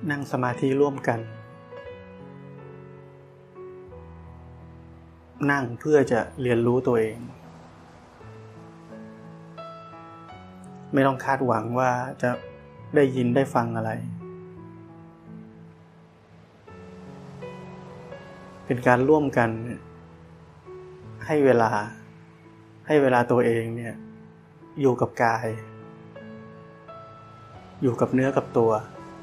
นั่งสมาธิร่วมกันนั่งเพื่อจะเรียนรู้ตัวเองไม่ต้องคาดหวังว่าจะได้ยินได้ฟังอะไรเป็นการร่วมกันให้เวลาตัวเองเนี่ยอยู่กับกายอยู่กับเนื้อกับตัว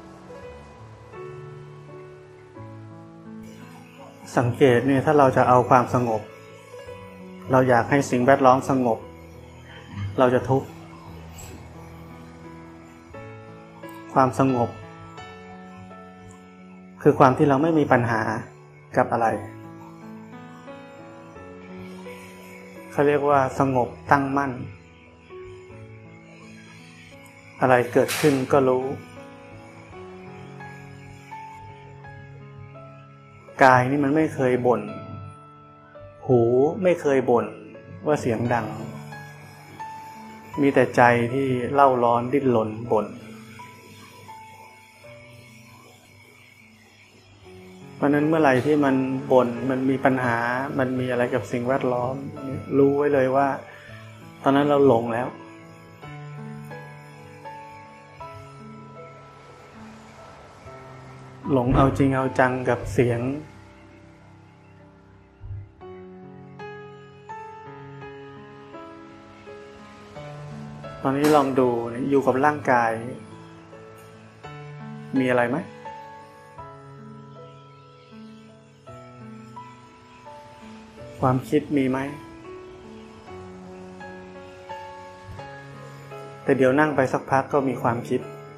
สังเกตเนี่ยถ้าเราจะเอาความสงบเราอยากให้สิ่งแวดล้อมสงบเราจะทุกข์ความสงบคือความที่เราไม่มีปัญหากับอะไรเขาเรียกว่าสงบตั้งมั่นอะไรเกิดขึ้นก็รู้กายนี่มันไม่เคยบ่นหูไม่เคยบ่นว่าเสียงดังมีแต่ใจที่เล่าร้อนดิ้นรนบ่นเพราะนั้นเมื่อไหร่ที่มันบ่นมันมีปัญหามันมีอะไรกับสิ่งแวดล้อมรู้ไว้เลยว่าตอนนั้นเราหลงแล้วหลงเอาจริงเอาจังกับเสียงตอนนี้ลองดูอยู่กับร่างกายมีอะไรไหมความคิดมีไหมแต่เดี๋ยวนั่งไปสักพักก็มีความคิด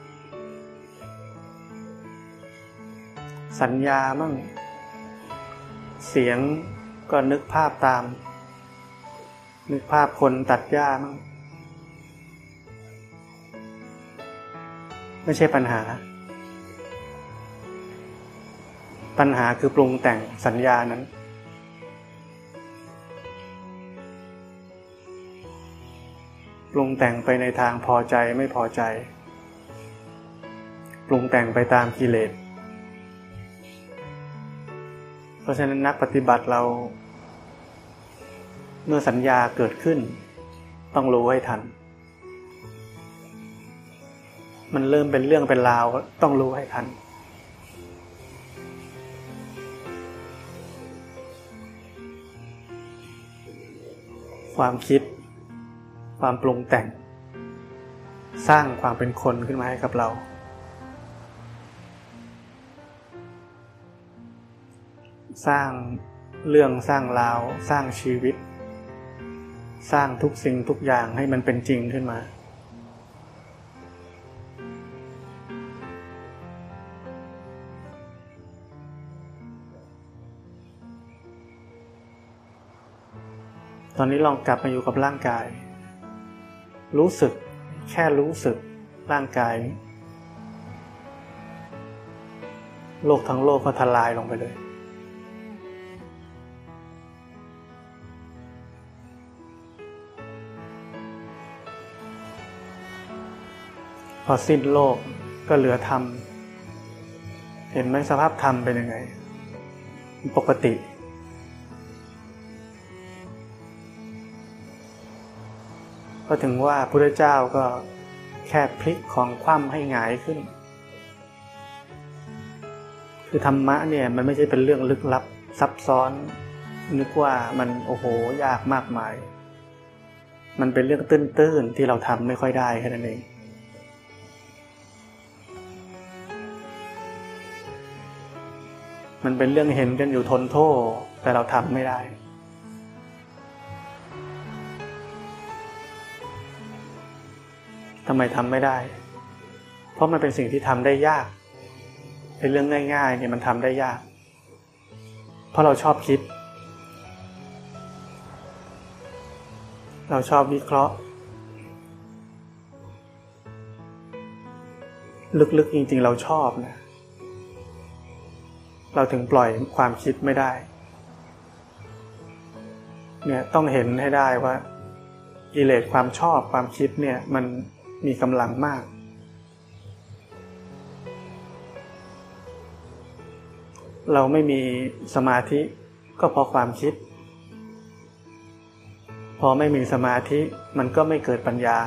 สัญญามั่งเสียงก็นึกภาพตามนึกภาพคนตัดหญ้ามั่งไม่ใช่ปัญหาคือปรุงแต่งสัญญานั้นปรุงแต่งไปในทางพอใจไม่พอใจปรุงแต่งไปตามกิเลสเพราะฉะนั้นนักปฏิบัติเราเมื่อสัญญาเกิดขึ้นต้องรู้ให้ทันมันเริ่มเป็นเรื่องเป็นราวต้องรู้ให้ทันความคิดความปรุงแต่งสร้างความเป็นคนขึ้นมาให้กับเราสร้างเรื่องสร้างราวสร้างชีวิตสร้างทุกสิ่งทุกอย่างให้มันเป็นจริงขึ้นมาตอนนี้ลองกลับมาอยู่กับร่างกายรู้สึกแค่รู้สึกร่างกายโลกทั้งโลกก็ทลายลงไปเลยพอสิ้นโลกก็เหลือธรรมเห็นไหมสภาพธรรมเป็นยังไงปกติก็ถึงว่าพระพุทธเจ้าก็แค่พลิกของคว่ำให้หงายขึ้นคือธรรมะเนี่ยมันไม่ใช่เป็นเรื่องลึกลับซับซ้อนนึกว่ามันโอ้โหยากมากมายมันเป็นเรื่องตื้นๆที่เราทำไม่ค่อยได้แค่นั้นเองมันเป็นเรื่องเห็นกันอยู่ทนโทษแต่เราทำไม่ได้ทำไมทำไม่ได้เพราะมันเป็นสิ่งที่ทำได้ยากเป็นเรื่องง่ายๆเนี่ยมันทำได้ยากเพราะเราชอบคิดเราชอบวิเคราะห์ลึกๆจริงๆเราชอบนะเราถึงปล่อยความคิดไม่ได้เนี่ยต้องเห็นให้ได้ว่ากิเลสความชอบความคิดเนี่ยมันมีกำลังมากเราไม่มีสมาธิก็เพราะความคิดพอไม่มีสมาธิมันก็ไม่เกิดปัญญา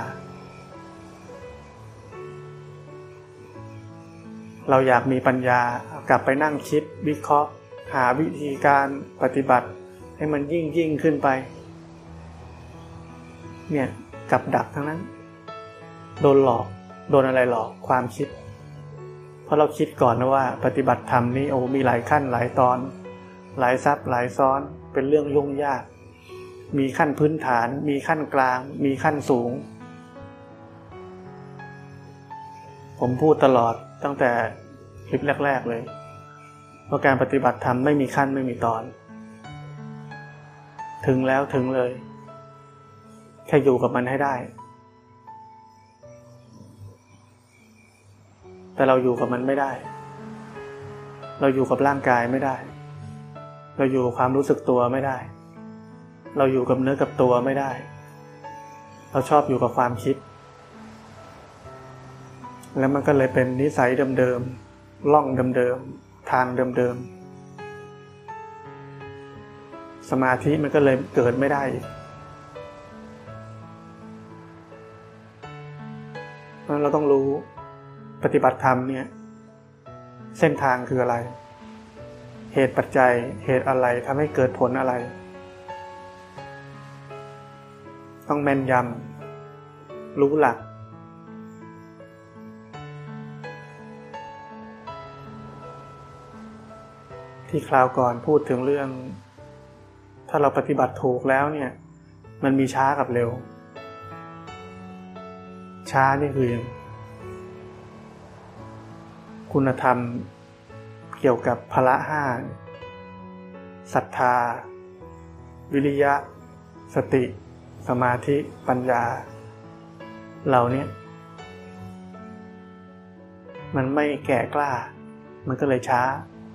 เราอยากมีปัญญากลับไปนั่งคิดวิเคราะห์หาวิธีการปฏิบัติให้มันยิ่งขึ้นไปเนี่ยกับดักทั้งนั้นโดนหลอกโดนอะไรหลอกความคิดเพราะเราคิดก่อนนะว่าปฏิบัติธรรมนี้มีหลายขั้นหลายตอนหลายซับหลายซ้อนเป็นเรื่องยุ่งยากมีขั้นพื้นฐานมีขั้นกลางมีขั้นสูงผมพูดตลอดตั้งแต่คลิปแรกๆเลยว่าการปฏิบัติธรรมไม่มีขั้นไม่มีตอนถึงแล้วถึงเลยแค่อยู่กับมันให้ได้แต่เราอยู่กับมันไม่ได้เราอยู่กับร่างกายไม่ได้เราอยู่กับความรู้สึกตัวไม่ได้เราอยู่กับเนื้อกับตัวไม่ได้เราชอบอยู่กับความคิดแล้วมันก็เลยเป็นนิสัยเดิมๆล่องเดิมๆทางเดิมๆสมาธิมันก็เลยเกิดไม่ได้เพราะเราต้องรู้ปฏิบัติธรรมเนี่ยเส้นทางคืออะไรเหตุปัจจัยเหตุอะไรทำให้เกิดผลอะไรต้องแม่นยำรู้หลักที่คราวก่อนพูดถึงเรื่องถ้าเราปฏิบัติถูกแล้วเนี่ยมันมีช้ากับเร็วช้านี่คือคุณธรรมเกี่ยวกับพละห้าศรัทธาวิริยะสติสมาธิปัญญาเหล่านี้มันไม่แก่กล้ามันก็เลยช้า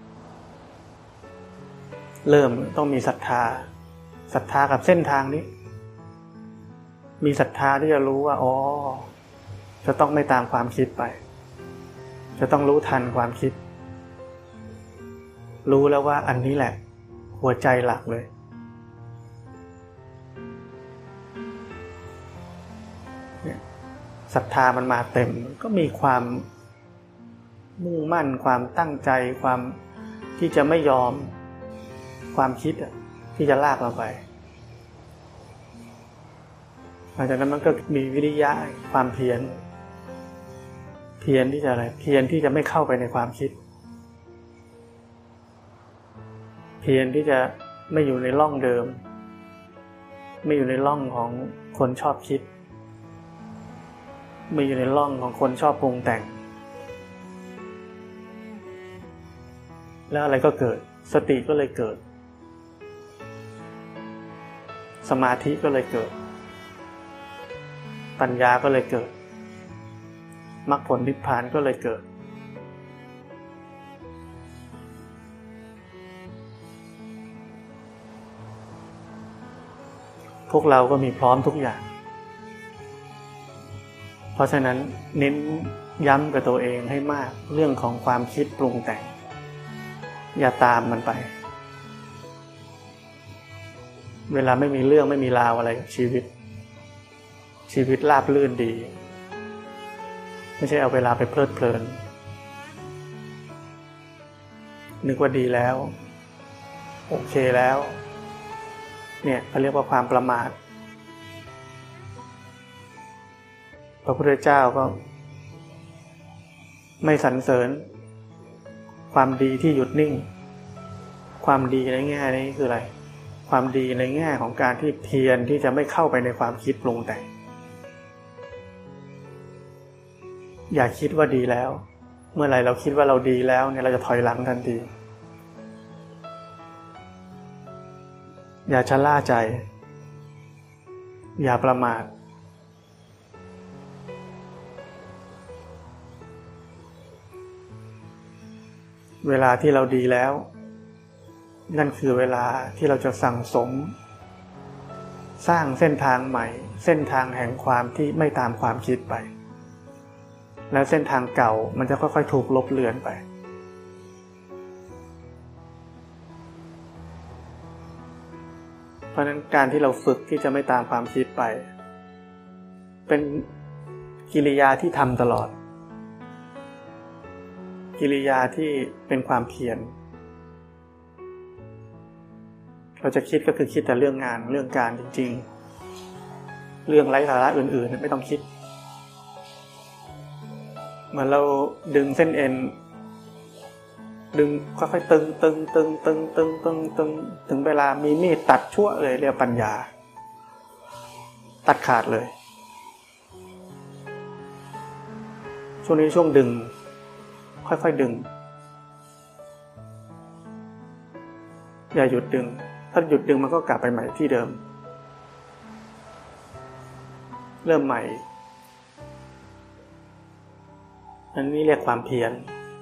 เริ่มต้องมีศรัทธากับเส้นทางนี้มีศรัทธาที่จะรู้ว่าจะต้องไม่ตามความคิดไปจะต้องรู้ทันความคิดรู้แล้วว่าอันนี้แหละหัวใจหลักเลยศรัทธามันมาเต็มก็มีความมุ่งมั่นความตั้งใจความที่จะไม่ยอมความคิดที่จะลากเราไปหลังจากนั้นมันก็มีวิริยะความเพียรที่จะอะไรเพียรที่จะไม่เข้าไปในความคิดเพียรที่จะไม่อยู่ในร่องเดิมไม่อยู่ในร่องของคนชอบคิดไม่อยู่ในร่องของคนชอบปรุงแต่งแล้วอะไรก็เกิดสติก็เลยเกิดสมาธิก็เลยเกิดปัญญาก็เลยเกิดมรรคผลนิพพานก็เลยเกิดพวกเราก็มีพร้อมทุกอย่างเพราะฉะนั้นเน้นย้ำกับตัวเองให้มากเรื่องของความคิดปรุงแต่งอย่าตามมันไปเวลาไม่มีเรื่องไม่มีราวอะไรกับชีวิตราบรื่นดีไม่ใช่เอาเวลาไปเพลิดเพลินนึกว่าดีแล้วโอเคแล้วเนี่ยเขาเรียกว่าความประมาทพระพุทธเจ้าก็ไม่สรรเสริญความดีที่หยุดนิ่งความดีในแง่นี้คืออะไรความดีในแง่ของการที่เพียรที่จะไม่เข้าไปในความคิดปรุงแต่งอย่าคิดว่าดีแล้วเมื่อไหร่เราคิดว่าเราดีแล้วเนี่ยเราจะถอยหลังทันทีอย่าชะล่าใจอย่าประมาทเวลาที่เราดีแล้วนั่นคือเวลาที่เราจะสั่งสมสร้างเส้นทางใหม่เส้นทางแห่งความที่ไม่ตามความคิดไปแล้วเส้นทางเก่ามันจะค่อยๆถูกลบเลือนไปเพราะฉะนั้นการที่เราฝึกที่จะไม่ตามความคิดไปเป็นกิริยาที่ทำตลอดกิริยาที่เป็นความเพียรเราจะคิดก็คือคิดแต่เรื่องงานเรื่องการจริงๆเรื่องไร้สาระอื่นๆไม่ต้องคิดเหมือนเราดึงเส้นเอ็นดึงค่อยๆตึงถึงเวลามีมีดตัดชั่วเลยเรียกปัญญาตัดขาดเลยช่วงนี้ช่วงดึงค่อยๆดึงอย่าหยุดดึงถ้าหยุดดึงมันก็กลับไปใหม่ที่เดิมเริ่มใหม่อันนี้เรียกความเพียร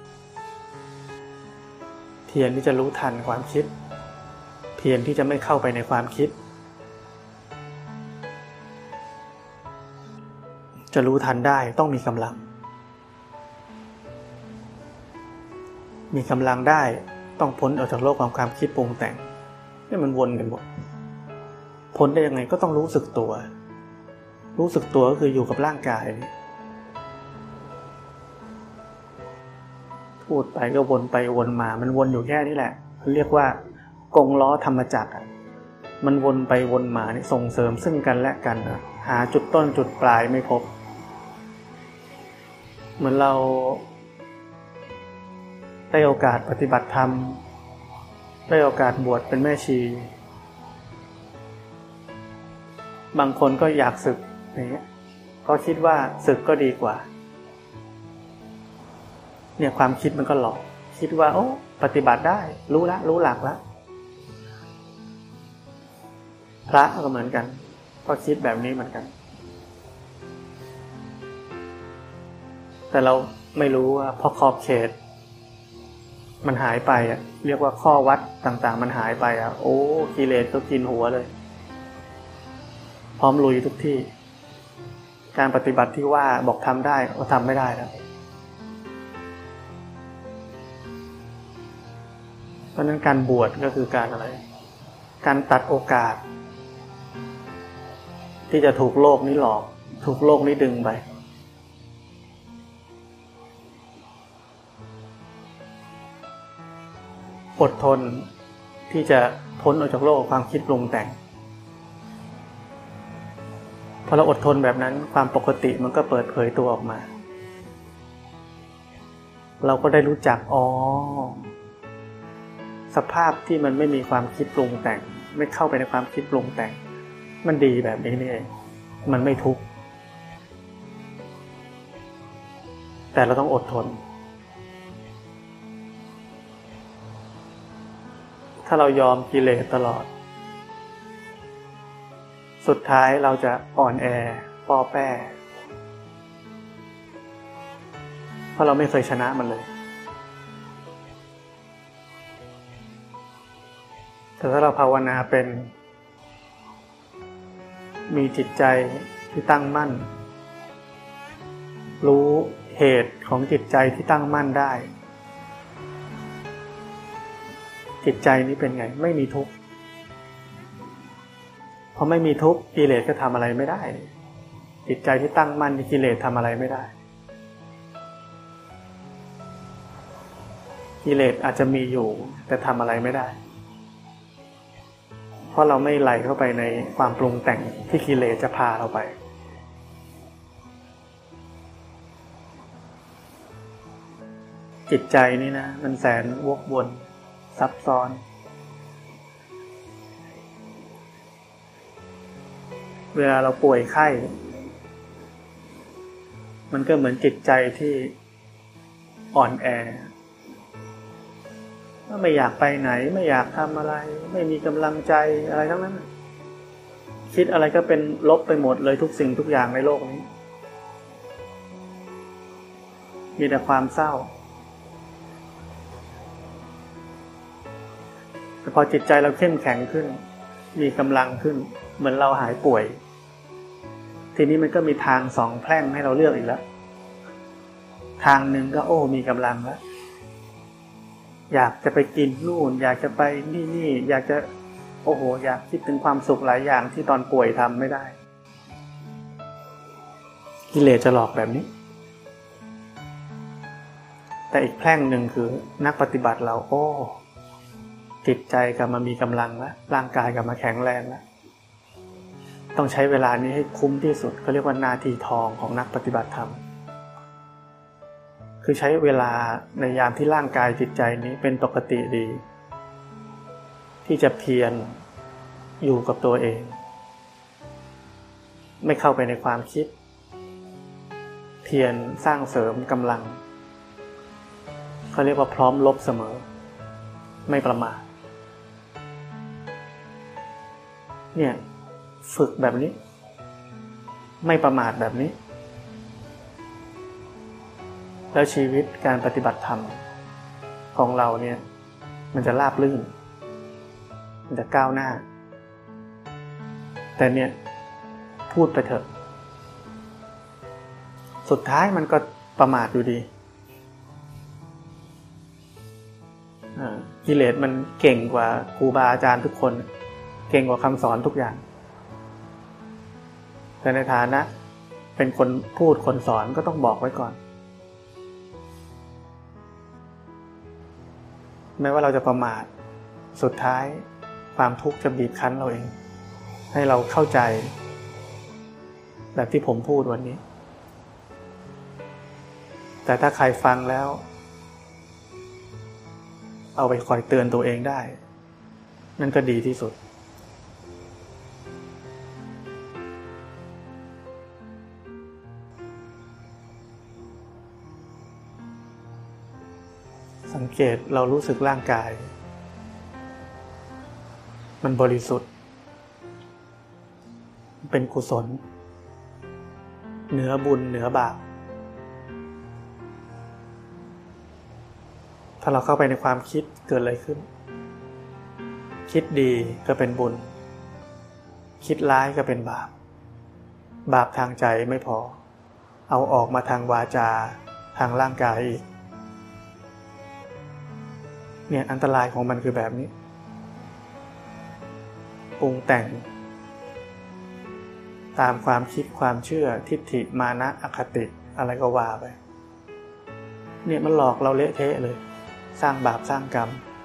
ที่จะรู้ทันความคิดเพียรที่จะไม่เข้าไปในความคิดจะรู้ทันได้ต้องมีกำลังได้ต้องพ้นออกจากโลกของความคิดปรุงแต่งนี่มันวนกันหมดพ้นได้ยังไงก็ต้องรู้สึกตัวก็คืออยู่กับร่างกายนี่พูดไปก็วนไปวนมามันวนอยู่แค่นี้แหละเรียกว่ากงล้อธรรมจักรมันวนไปวนมานี่ส่งเสริมซึ่งกันและกันหาจุดต้นจุดปลายไม่พบเหมือนเราได้โอกาสปฏิบัติธรรมได้โอกาสบวชเป็นแม่ชีบางคนก็อยากสึกอย่างเงี้ยก็คิดว่าสึกก็ดีกว่าเนี่ยความคิดมันก็หลอกคิดว่าโอ้ปฏิบัติได้รู้หลักแล้วพระก็เหมือนกันก็คิดแบบนี้เหมือนกันแต่เราไม่รู้ว่าพอขอบเขตมันหายไปเรียกว่าข้อวัดต่างๆมันหายไปโอ้กิเลสก็กินหัวเลยพร้อมลุยทุกที่การปฏิบัติที่ว่าบอกทำได้ก็ทำไม่ได้แล้วเพราะนั้นการบวชก็คือการอะไรการตัดโอกาสที่จะถูกโลกนี้หลอกถูกโลกนี้ดึงไปอดทนที่จะพ้นออกจากโลกความคิดปรุงแต่งพอเราอดทนแบบนั้นความปกติมันก็เปิดเผยตัวออกมาเราก็ได้รู้จักสภาพที่มันไม่มีความคิดปรุงแต่งไม่เข้าไปในความคิดปรุงแต่งมันดีแบบนี้นี่เองมันไม่ทุกข์แต่เราต้องอดทนถ้าเรายอมกิเลสตลอดสุดท้ายเราจะอ่อนแอป้อแป้เพราะเราไม่เคยชนะมันเลยแต่ถ้าเราภาวนาเป็นมีจิตใจที่ตั้งมั่นรู้เหตุของจิตใจที่ตั้งมั่นได้จิตใจนี้เป็นไงไม่มีทุกข์พอไม่มีทุกข์กิเลสก็ทำอะไรไม่ได้จิตใจที่ตั้งมั่นกิเลสทำอะไรไม่ได้กิเลสอาจจะมีอยู่แต่ทำอะไรไม่ได้เพราะเราไม่ไหลเข้าไปในความปรุงแต่งที่กิเลสจะพาเราไปจิตใจนี่นะมันแสนวกวนซับซ้อนเวลาเราป่วยไข้มันก็เหมือนจิตใจที่อ่อนแอไม่อยากไปไหนไม่อยากทำอะไรไม่มีกำลังใจอะไรทั้งนั้นคิดอะไรก็เป็นลบไปหมดเลยทุกสิ่งทุกอย่างในโลกนี้มีแต่ความเศร้าแต่พอจิตใจเราเข้มแข็งขึ้นมีกำลังขึ้นเหมือนเราหายป่วยทีนี้มันก็มีทางสองแพร่งให้เราเลือกอีกแล้วทางหนึ่งก็มีกำลังแล้วอยากจะไปกินนู่นอยากจะไปนี่อยากจะโอ้โหอยากคิดถึงความสุขหลายอย่างที่ตอนป่วยทำไม่ได้กิเลสจะหลอกแบบนี้แต่อีกแพร่งหนึ่งคือนักปฏิบัติเราโอ้จิตใจกลับมามีกำลังแล้วร่างกายกลับมาแข็งแรงแล้วต้องใช้เวลานี้ให้คุ้มที่สุดเขาเรียกว่านาทีทองของนักปฏิบัติธรรมคือใช้เวลาในยามที่ร่างกายจิตใจนี้เป็นปกติดีที่จะเพียรอยู่กับตัวเองไม่เข้าไปในความคิดเพียรสร้างเสริมกำลังเขาเรียกว่าพร้อมรบเสมอไม่ประมาทเนี่ยฝึกแบบนี้ไม่ประมาทแบบนี้แล้วชีวิตการปฏิบัติธรรมของเราเนี่ยมันจะราบรื่นมันจะก้าวหน้าแต่เนี่ยพูดไปเถอะสุดท้ายมันก็ประมาทอยู่ดีกิเลสมันเก่งกว่าครูบาอาจารย์ทุกคนเก่งกว่าคำสอนทุกอย่างแต่ในฐานะเป็นคนพูดคนสอนก็ต้องบอกไว้ก่อนแม้ว่าเราจะประมาทสุดท้ายความทุกข์จะบีบคั้นเราเองให้เราเข้าใจแบบที่ผมพูดวันนี้แต่ถ้าใครฟังแล้วเอาไปคอยเตือนตัวเองได้นั่นก็ดีที่สุดสังเกตเรารู้สึกร่างกายมันบริสุทธิ์เป็นกุศลเหนือบุญเหนือบาปถ้าเราเข้าไปในความคิดเกิดอะไรขึ้นคิดดีก็เป็นบุญคิดร้ายก็เป็นบาปบาปทางใจไม่พอเอาออกมาทางวาจาทางร่างกายอีกเนี่ยอันตรายของมันคือแบบนี้ปรุงแต่งตามความคิดความเชื่อทิฏฐิมานะอคติอะไรก็ว่าไปเนี่ยมันหลอกเราเละเทะเลยสร้างบาปสร้างกรรม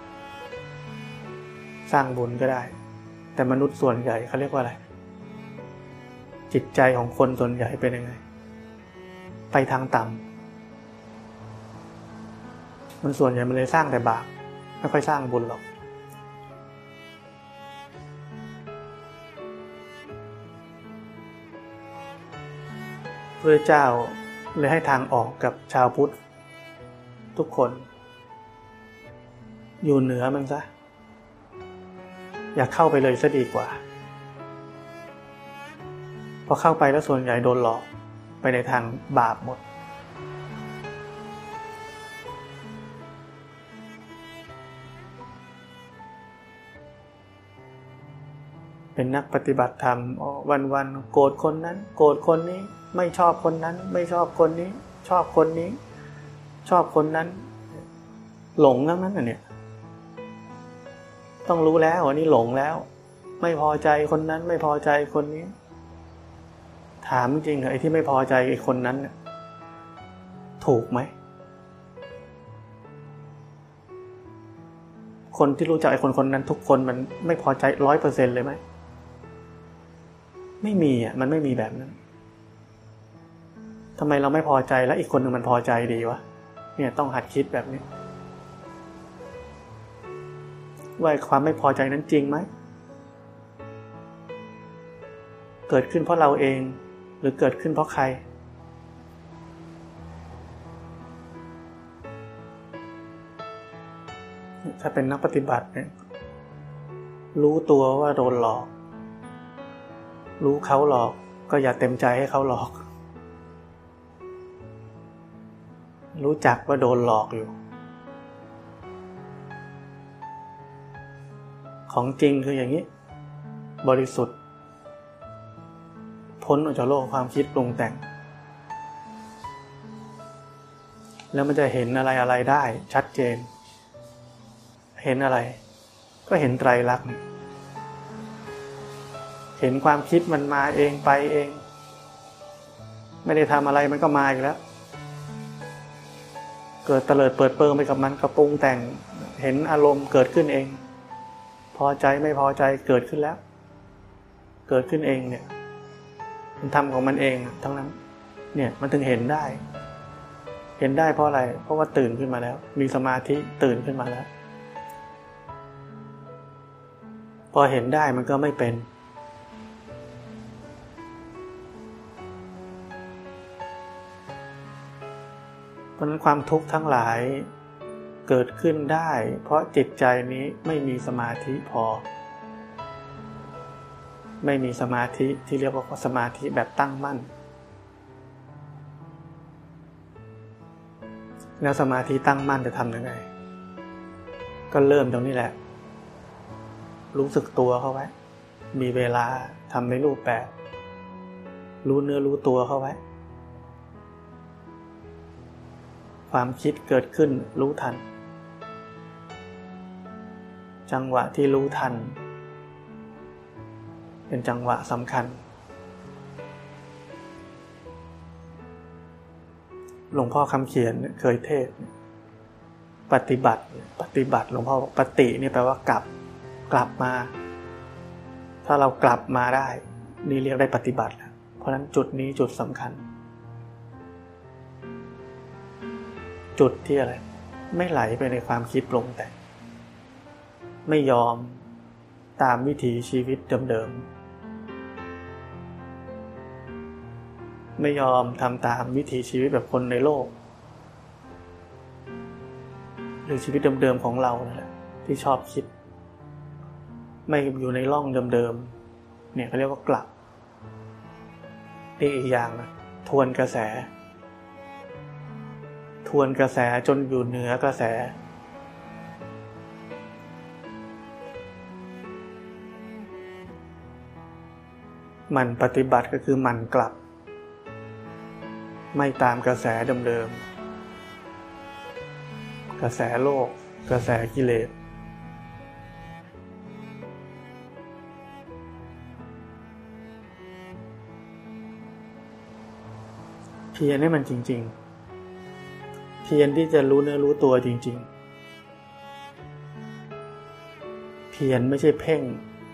สร้างบุญก็ได้แต่มนุษย์ส่วนใหญ่เขาเรียกว่าอะไรจิตใจของคนส่วนใหญ่เป็นยังไงไปทางต่ำมันส่วนใหญ่มันเลยสร้างแต่บาปไม่ค่อยสร้างบุญหรอกพระเจ้าเลยให้ทางออกกับชาวพุทธทุกคนอยู่เหนือมันซะอย่าเข้าไปเลยซะดีกว่าพอเข้าไปแล้วส่วนใหญ่โดนหลอกไปในทางบาปหมดเป็นนักปฏิบัติธรรมวันๆโกรธคนนั้นโกรธคนนี้ไม่ชอบคนนั้นไม่ชอบคนนี้ชอบคนนี้ชอบคนนั้นหลงทั้งนั้นน่ะเนี่ยต้องรู้แล้วว่านี่หลงแล้วไม่พอใจคนนั้นไม่พอใจคนนี้ถามจริงเหรอไอ้ที่ไม่พอใจไอ้คนนั้นถูกไหมคนที่รู้จักไอ้คนนั้นทุกคนมันไม่พอใจ 100% เลยไหมไม่มีมันไม่มีแบบนั้นทำไมเราไม่พอใจแล้วอีกคนหนึ่งมันพอใจดีวะเนี่ยต้องหัดคิดแบบนี้ว่าความไม่พอใจนั้นจริงไหมเกิดขึ้นเพราะเราเองหรือเกิดขึ้นเพราะใครถ้าเป็นนักปฏิบัติเนี่ยรู้ตัวว่าโดนหลอกรู้เขาหลอกก็อย่าเต็มใจให้เขาหลอกรู้จักว่าโดนหลอกอยู่ของจริงคืออย่างนี้บริสุทธิ์พ้นออกจากโลกความคิดปรุงแต่งแล้วมันจะเห็นอะไรได้ชัดเจนเห็นอะไรก็เห็นไตรลักษณ์เห็นความคิดมันมาเองไปเองไม่ได้ทำอะไรมันก็มาอีกแล้วเกิดเตลิดเปิดเปิงไปกับมันกระปรุงแต่งเห็นอารมณ์เกิดขึ้นเองพอใจไม่พอใจเกิดขึ้นแล้วเกิดขึ้นเองเนี่ยมันทำของมันเองทั้งนั้นเนี่ยมันถึงเห็นได้เพราะอะไรเพราะว่าตื่นขึ้นมาแล้วมีสมาธิตื่นขึ้นมาแล้วพอเห็นได้มันก็ไม่เป็นเพราะนั้นความทุกข์ทั้งหลายเกิดขึ้นได้เพราะจิตใจนี้ไม่มีสมาธิพอไม่มีสมาธิที่เรียกว่าสมาธิแบบตั้งมั่นแล้วสมาธิตั้งมั่นจะทำยังไงก็เริ่มตรงนี้แหละรู้สึกตัวเข้าไว้มีเวลาทำในรูปแบบรู้เนื้อรู้ตัวเข้าไว้ความคิดเกิดขึ้นรู้ทันจังหวะที่รู้ทันเป็นจังหวะสำคัญหลวงพ่อคำเขียนเคยเทศปฏิบัติหลวงพ่อบอกปฏินี่แปลว่ากลับมาถ้าเรากลับมาได้นี่เรียกได้ปฏิบัติแล้วเพราะฉะนั้นจุดนี้จุดสำคัญจุดที่อะไรไม่ไหลไปในความคิดปรุงแต่งไม่ยอมตามวิถีชีวิตเดิมๆไม่ยอมทำตามวิถีชีวิตแบบคนในโลกหรือชีวิตเดิมๆของเรานั่นแหละที่ชอบคิดไม่อยู่ในร่องเดิมๆเนี่ยเขาเรียกว่ากลับนี่อีกอย่างนะทวนกระแสจนอยู่เหนือกระแสมันปฏิบัติก็คือมันกลับไม่ตามกระแสเดิมๆกระแสโลกกระแสกิเลสเพียรให้มันจริงๆเพียรที่จะรู้เนื้อรู้ตัวจริงๆเพียรไม่ใช่เพ่ง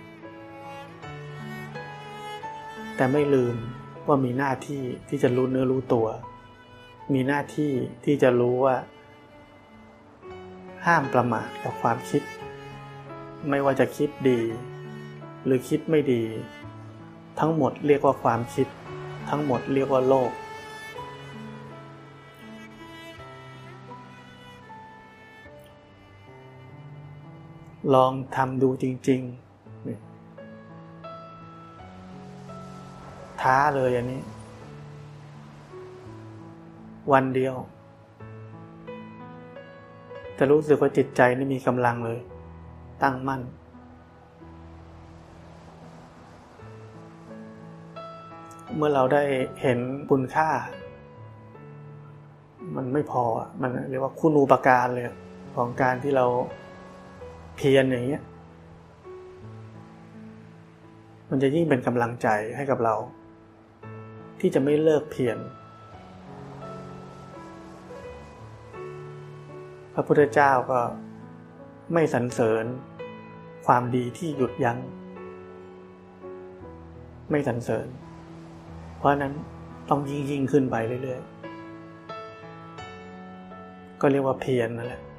แต่ไม่ลืมว่ามีหน้าที่ที่จะรู้เนื้อรู้ตัวมีหน้าที่ที่จะรู้ว่าห้ามประมาทกับความคิดไม่ว่าจะคิดดีหรือคิดไม่ดีทั้งหมดเรียกว่าความคิดทั้งหมดเรียกว่าโลกลองทำดูจริงๆท้าเลยอันนี้วันเดียวจะรู้สึกว่าจิตใจนี่มีกำลังเลยตั้งมั่นเมื่อเราได้เห็นคุณค่ามันไม่พอมันเรียกว่าคุณูปการเลยของการที่เราเพียรอย่างเงี้ยมันจะยิ่งเป็นกำลังใจให้กับเราที่จะไม่เลิกเพียรพระพุทธเจ้าก็ไม่สรรเสริญความดีที่หยุดยั้งไม่สรรเสริญเพราะนั้นต้องยิ่งขึ้นไปเรื่อยๆก็เรียกว่าเพียรนั่นแหละ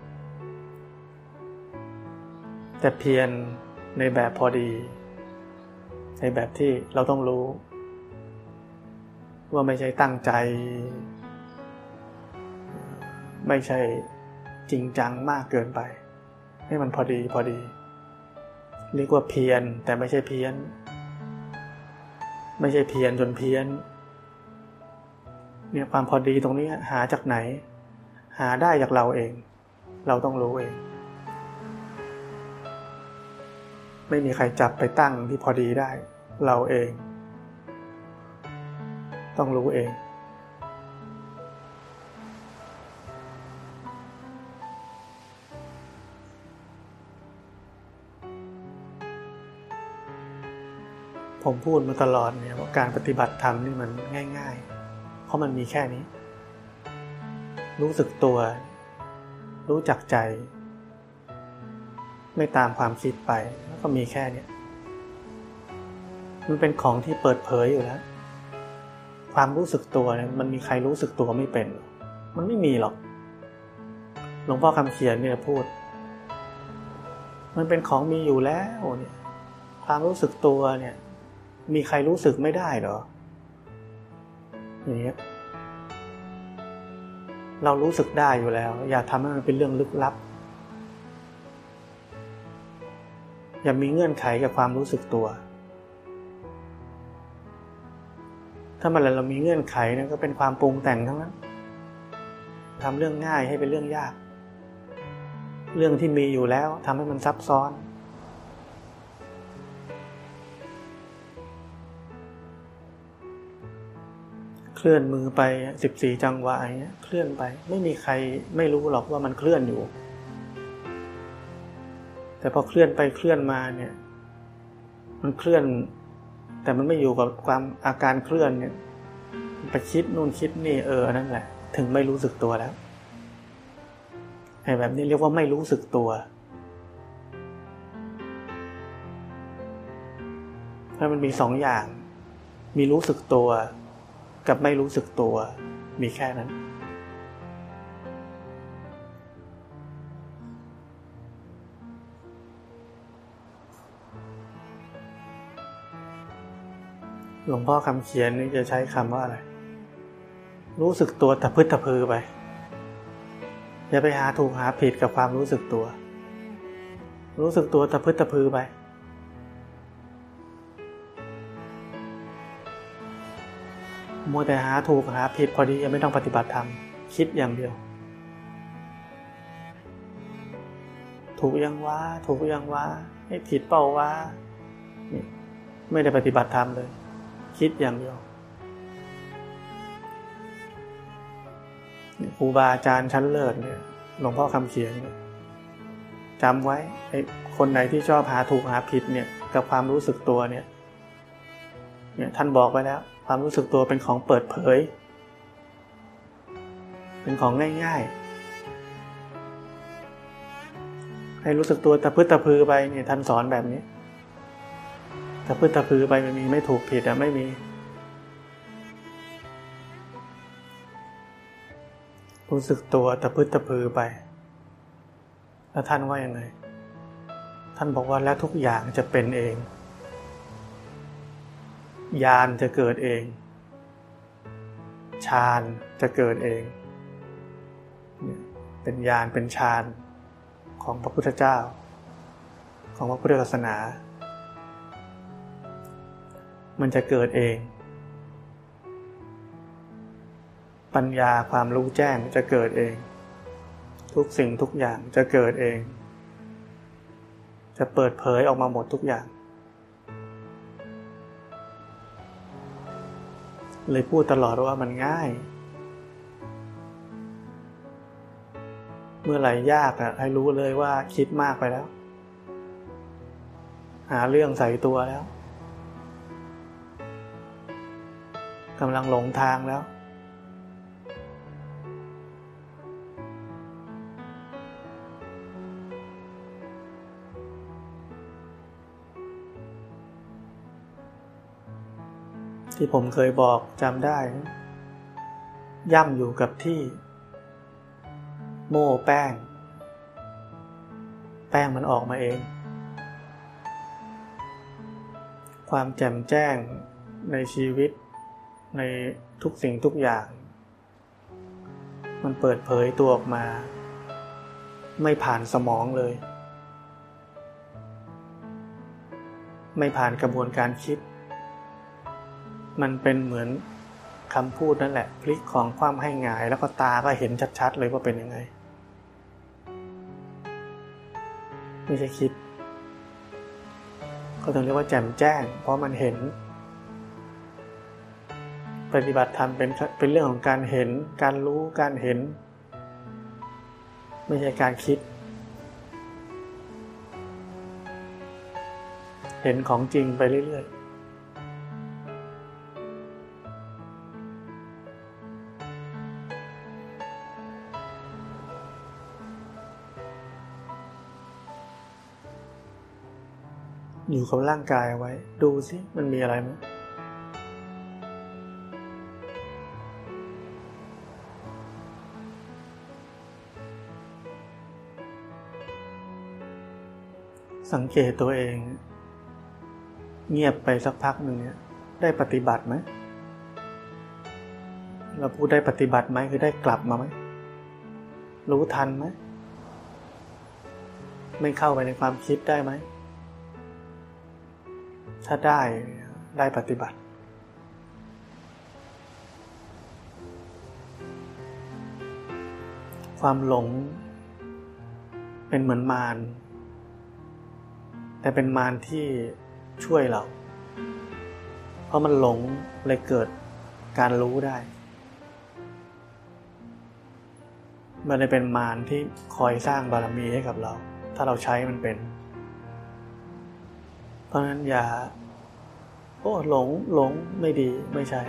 แต่เพียรในแบบพอดีในแบบที่เราต้องรู้ว่าไม่ใช่ตั้งใจไม่ใช่จริงจังมากเกินไปให้มันพอดีเรียกว่าเพียรแต่ไม่ใช่เพี้ยนไม่ใช่เพียรจนเพี้ยนเนี่ยความพอดีตรงนี้หาจากไหนหาได้จากเราเองเราต้องรู้เองไม่มีใครจับไปตั้งที่พอดีได้เราเองต้องรู้เองผมพูดมาตลอดเนี่ยว่าการปฏิบัติธรรมนี่มันง่ายๆเพราะมันมีแค่นี้รู้สึกตัวรู้จักใจไม่ตามความคิดไปแล้วก็มีแค่นี้มันเป็นของที่เปิดเผยอยู่แล้วความรู้สึกตัวเนี่ยมันมีใครรู้สึกตัวไม่เป็นมันไม่มีหรอกหลวงพ่อคำเขียนเนี่ยพูดมันเป็นของมีอยู่แล้วเนี่ยความรู้สึกตัวเนี่ยมีใครรู้สึกไม่ได้เหรออย่างเงี้ยเรารู้สึกได้อยู่แล้วอย่าทำให้มันเป็นเรื่องลึกลับอย่ามีเงื่อนไขกับความรู้สึกตัวถ้ามันเรามีเงื่อนไขเนี่ยก็เป็นความปรุงแต่งทั้งนั้นทำเรื่องง่ายให้เป็นเรื่องยากเรื่องที่มีอยู่แล้วทำให้มันซับซ้อนเคลื่อนมือไป14จังหวะอย่างเงี้ยเคลื่อนไปไม่มีใครไม่รู้หรอกว่ามันเคลื่อนอยู่แต่พอเคลื่อนไปเคลื่อนมาเนี่ยมันเคลื่อนแต่มันไม่อยู่กับความอาการเคลื่อนเนี่ยไปคิดนู่นคิดนี่นั่นแหละถึงไม่รู้สึกตัวแล้วไอ้แบบนี้เรียกว่าไม่รู้สึกตัวเพราะมันมี2อย่างมีรู้สึกตัวกับไม่รู้สึกตัวมีแค่นั้นหลวงพ่อคำเขียนนี่จะใช้คำว่าอะไรรู้สึกตัวตะพึดตะพือไปอย่าไปหาถูกหาผิดกับความรู้สึกตัวรู้สึกตัวตะพึดตะพือไปมัวแต่หาถูกหาผิดพอดียังไม่ต้องปฏิบัติธรรมคิดอย่างเดียวถูกยังวะถูกยังวะให้ผิดเปล่าวะไม่ได้ปฏิบัติธรรมเลยคิดอย่างเดียวครูบาอาจารย์ชั้นเลิศเนี่ยหลวงพ่อคำเขียนจำไว้ไอ้คนไหนที่ชอบหาถูกหาผิดเนี่ยกับความรู้สึกตัวเนี่ยท่านบอกไว้แล้วความรู้สึกตัวเป็นของเปิดเผยเป็นของง่ายๆให้รู้สึกตัวตะพึดตะพือไปเนี่ยท่านสอนแบบนี้ตะพึดตะพือไปมันมีไม่ถูกผิดไม่มีรู้สึกตัวตะพึดตะพือไปแล้วท่านว่ายังไงท่านบอกว่าแล้วทุกอย่างจะเป็นเองญาณจะเกิดเองฌานจะเกิดเองเป็นญาณเป็นฌานของพระพุทธเจ้าของพระพุทธศาสนามันจะเกิดเองปัญญาความรู้แจ้งจะเกิดเองทุกสิ่งทุกอย่างจะเกิดเองจะเปิดเผยออกมาหมดทุกอย่างเลยพูดตลอดว่ามันง่ายเมื่อไหร่ยากให้รู้เลยว่าคิดมากไปแล้วหาเรื่องใส่ตัวแล้วกำลังหลงทางแล้วที่ผมเคยบอกจำได้ย่ำอยู่กับที่โม่แป้งมันออกมาเองความแจ่มแจ้งในชีวิตในทุกสิ่งทุกอย่างมันเปิดเผยตัวออกมาไม่ผ่านสมองเลยไม่ผ่านกระบวนการคิดมันเป็นเหมือนคำพูดนั่นแหละพลิกของความให้หงายแล้วก็ตาก็เห็นชัดๆเลยว่าเป็นยังไงไม่ใช่คิดก็ต้องเรียกว่าแจ่มแจ้งเพราะมันเห็นปฏิบัติธรรมเป็นเรื่องของการเห็นการรู้การเห็นไม่ใช่การคิดเห็นของจริงไปเรื่อยๆอยู่กับร่างกายเอาไว้ดูสิมันมีอะไรไหมสังเกตตัวเองเงียบไปสักพักหนึ่งเนี่ยได้ปฏิบัติไหมเราพูดได้ปฏิบัติไหมคือได้กลับมาไหมรู้ทันไหมไม่เข้าไปในความคิดได้ไหมถ้าได้ปฏิบัติความหลงเป็นเหมือนมารแต่เป็นมารที่ช่วยเราเพราะมันหลงเลยเกิดการรู้ได้มันเลยเป็นมารที่คอยสร้างบารมีให้กับเราถ้าเราใช้มันเป็นเพราะฉะนั้นอย่าหลงไม่ดีไม่ใช่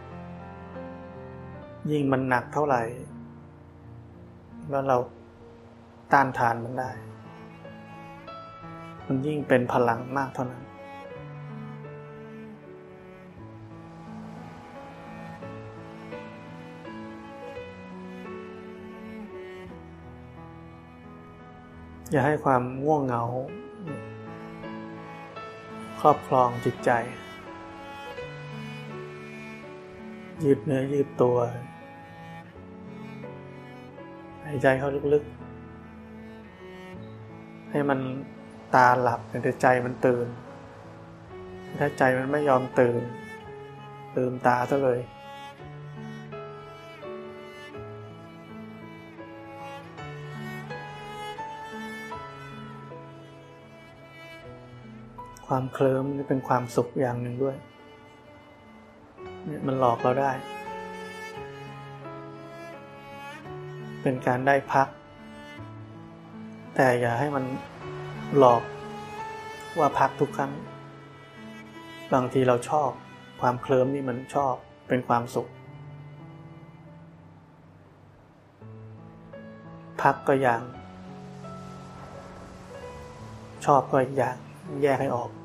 ยิ่งมันหนักเท่าไหร่แล้วเราต้านทานมันได้มันยิ่งเป็นพลังมากเท่านั้นอย่าให้ความง่วงเหงาครอบครองจิตใจยืดเนื้อยืดตัวหายใจเข้าลึกๆให้มันตาหลับแต่ใจมันตื่นถ้าใจมันไม่ยอมตื่นลืมตาซะเลยความเคลิ้มนี่เป็นความสุขอย่างหนึ่งด้วยเนี่ยมันหลอกเราได้เป็นการได้พักแต่อย่าให้มันหลอกว่าพักทุกครั้งบางทีเราชอบความเคลิ้มนี่มันชอบเป็นความสุขพักก็อย่างชอบก็อีกอย่างแยกให้ออก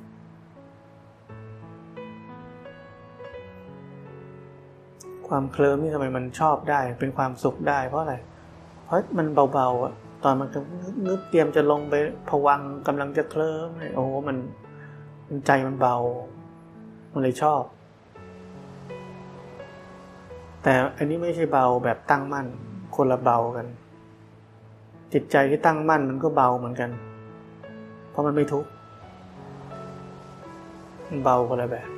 ความเคลิ้มนี่ทำไมมันชอบได้เป็นความสุขได้เพราะอะไรเพราะมันเบาๆอ่ะตอนมันนึกเตรียมจะลงไปภวังค์กำลังจะเคลิ้มมันใจมันเบามันเลยชอบแต่อันนี้ไม่ใช่เบาแบบตั้งมั่นคนละเบากันจิตใจที่ตั้งมั่นมันก็เบาเหมือนกันเพราะมันไม่ทุกข์มันเบาคนละแบบ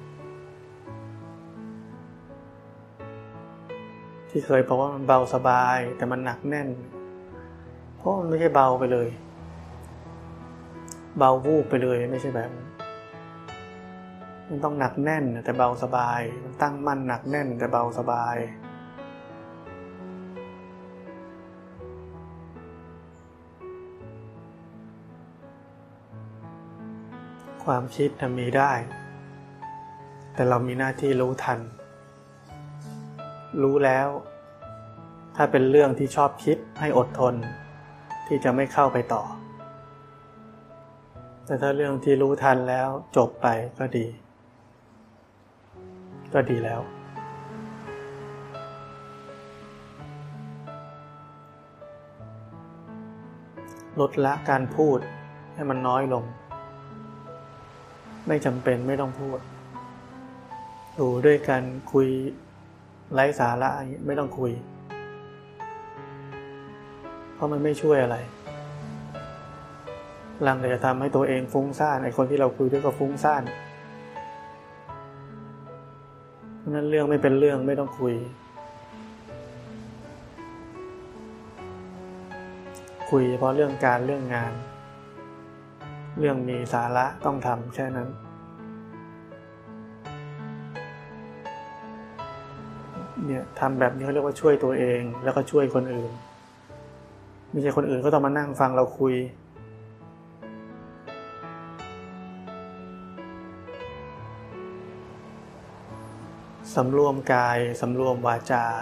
ที่เคยบอกว่ามันเบาสบายแต่มันหนักแน่นเพราะมันไม่ใช่เบาไปเลยเบาวูบไปเลยไม่ใช่แบบมันต้องหนักแน่นแต่เบาสบายมันตั้งมั่นหนักแน่นแต่เบาสบายความคิดมีได้แต่เรามีหน้าที่รู้ทันรู้แล้วถ้าเป็นเรื่องที่ชอบคิดให้อดทนที่จะไม่เข้าไปต่อแต่ถ้าเรื่องที่รู้ทันแล้วจบไปก็ดีแล้วลดละการพูดให้มันน้อยลงไม่จำเป็นไม่ต้องพูดดูด้วยการคุยไร้สาระไม่ต้องคุยเพราะมันไม่ช่วยอะไรลังแต่จะทำให้ตัวเองฟุ้งซ่านไอ้คนที่เราคุยด้วยก็ฟุ้งซ่านเพราะนั้นเรื่องไม่เป็นเรื่องไม่ต้องคุยเฉพาะเรื่องการเรื่องงานเรื่องมีสาระต้องทำแค่นั้นเนี่ยทำแบบนี้เขาเรียกว่าช่วยตัวเองแล้วก็ช่วยคนอื่นไม่ใช่คนอื่นก็ต้องมานั่งฟังเราคุยสำรวมกายสำรวมวาจา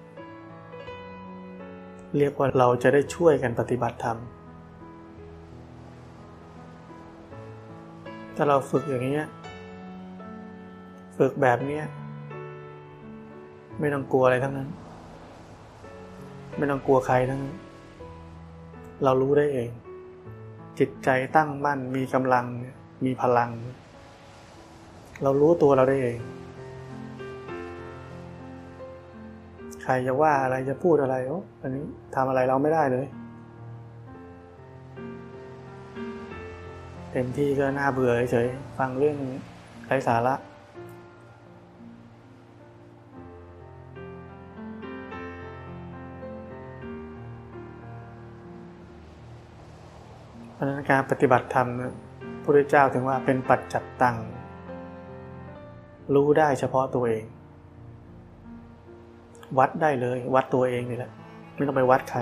เรียกว่าเราจะได้ช่วยกันปฏิบัติธรรมถ้าเราฝึกอย่างนี้ฝึกแบบนี้ไม่ต้องกลัวอะไรทั้งนั้นไม่ต้องกลัวใครทั้งนั้นเรารู้ได้เองจิตใจตั้งมั่นมีกำลังมีพลังเรารู้ตัวเราได้เองใครจะว่าอะไรจะพูดอะไรอันนี้ทำอะไรเราไม่ได้เลยเต็มที่ก็น่าเบื่อเฉยฟังเรื่องไร้สาระเพราะฉะนั้นการปฏิบัติธรรมพระพุทธเจ้าถึงว่าเป็นปัจจัตตังรู้ได้เฉพาะตัวเองวัดได้เลยวัดตัวเองนี่แหละไม่ต้องไปวัดใคร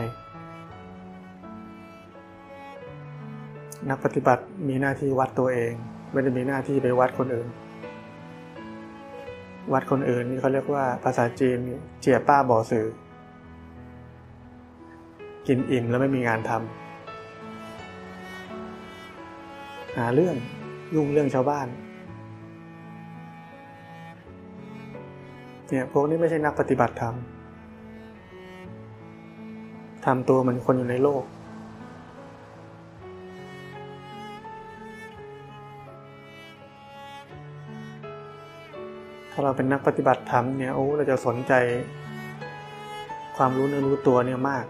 นักปฏิบัติมีหน้าที่วัดตัวเองไม่ได้มีหน้าที่ไปวัดคนอื่นวัดคนอื่นนี่เขาเรียกว่าภาษาจีนเจี๋ยป้าบ่อสื่อกินอิ่มแล้วไม่มีงานทำหาเรื่องยุ่งเรื่องชาวบ้านเนี่ยพวกนี้ไม่ใช่นักปฏิบัติธรรมทำตัวเหมือนคนอยู่ในโลกถ้าเราเป็นนักปฏิบัติธรรมเนี่ยเราจะสนใจความรู้เนื้อรู้ตัวเนี่ยมาก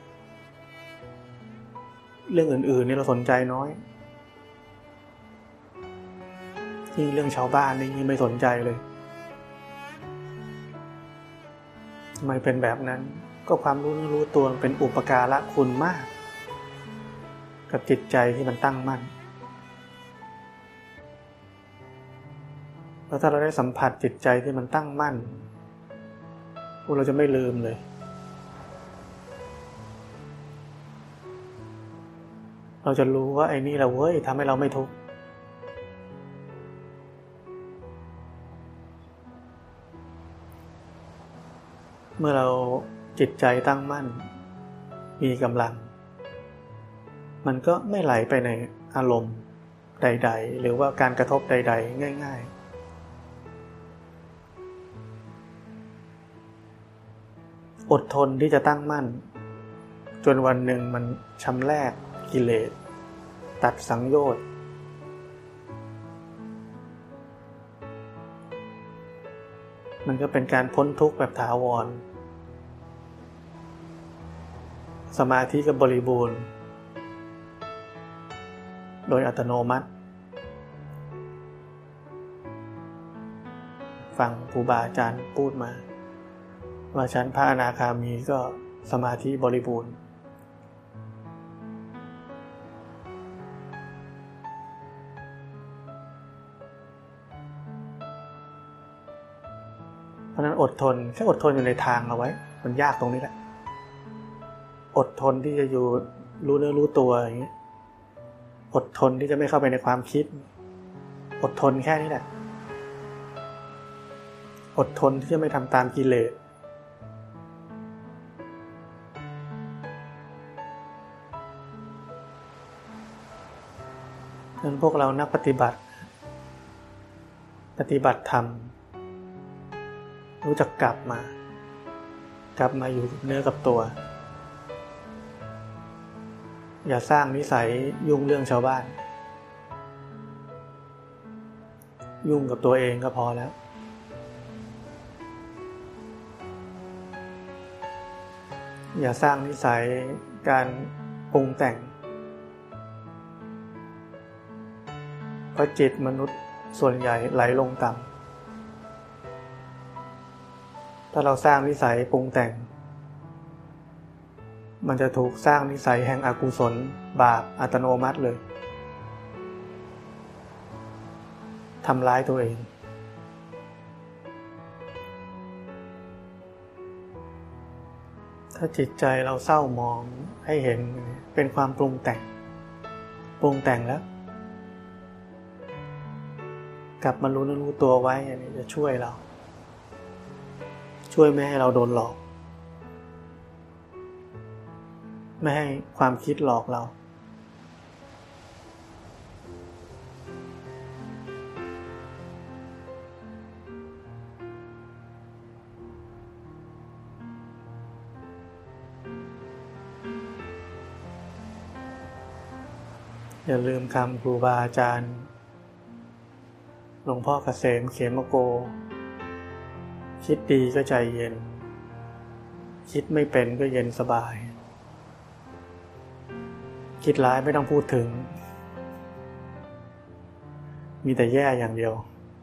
เรื่องอื่นๆนี่เราสนใจน้อยยิ่งเรื่องชาวบ้านนี่ไม่สนใจเลยทำไมเป็นแบบนั้นก็ความรู้เนื้อรู้ตัวเป็นอุปการะคุณมากกับจิตใจที่มันตั้งมั่นแล้วถ้าเราได้สัมผัสจิตใจที่มันตั้งมั่นเราจะไม่ลืมเลยเราจะรู้ว่าไอ้นี่เราทำให้เราไม่ทุกข์เมื่อเราจิตใจตั้งมั่นมีกำลังมันก็ไม่ไหลไปในอารมณ์ใดๆหรือว่าการกระทบใดๆง่ายๆอดทนที่จะตั้งมั่นจนวันหนึ่งมันชำแรกกิเลสตัดสังโยชน์มันก็เป็นการพ้นทุกข์แบบถาวรสมาธิก็บริบูรณ์โดยอัตโนมัติฟังครูบาอาจารย์พูดมาว่าชั้นพระอนาคามีก็สมาธิบริบูรณ์เพราะนั้นอดทนแค่อดทนอยู่ในทางเอาไว้มันยากตรงนี้แหละอดทนที่จะอยู่รู้เนื้อรู้ตัวอย่างนี้อดทนที่จะไม่เข้าไปในความคิดอดทนแค่นี้แหละอดทนที่จะไม่ทำตามกิเลสฉะนั้นพวกเรานักปฏิบัติธรรมรู้จักกลับมาอยู่เนื้อกับตัวอย่าสร้างนิสัยยุ่งเรื่องชาวบ้านยุ่งกับตัวเองก็พอแล้วอย่าสร้างนิสัยการปรุงแต่งเพราะจิตมนุษย์ส่วนใหญ่ไหลลงต่ำถ้าเราสร้างนิสัยปรุงแต่งมันจะถูกสร้างนิสัยแห่งอกุศลบาปอัตโนมัติเลยทำร้ายตัวเองถ้าจิตใจเราเศร้ามองให้เห็นเป็นความปรุงแต่งแล้วกลับมารู้ตัวไว้อันนี้จะช่วยเราช่วยไม่ให้เราโดนหลอกไม่ให้ความคิดหลอกเราอย่าลืมคำครูบาอาจารย์หลวงพ่อเกษมเขมโกคิดดีก็ใจเย็นคิดไม่เป็นก็เย็นสบายคิดร้ายไม่ต้องพูดถึงมีแต่แย่อย่างเดียว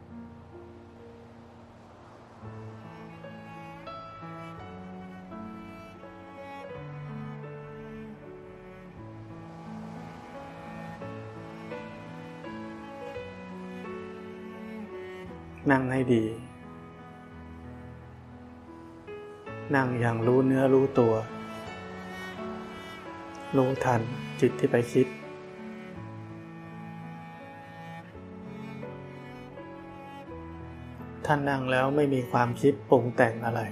นั่งให้ดีนั่งอย่างรู้เนื้อรู้ตัวรู้ทันจิตที่ไปคิดท่านนั่งแล้วไม่มีความคิดปรุงแต่งอะไร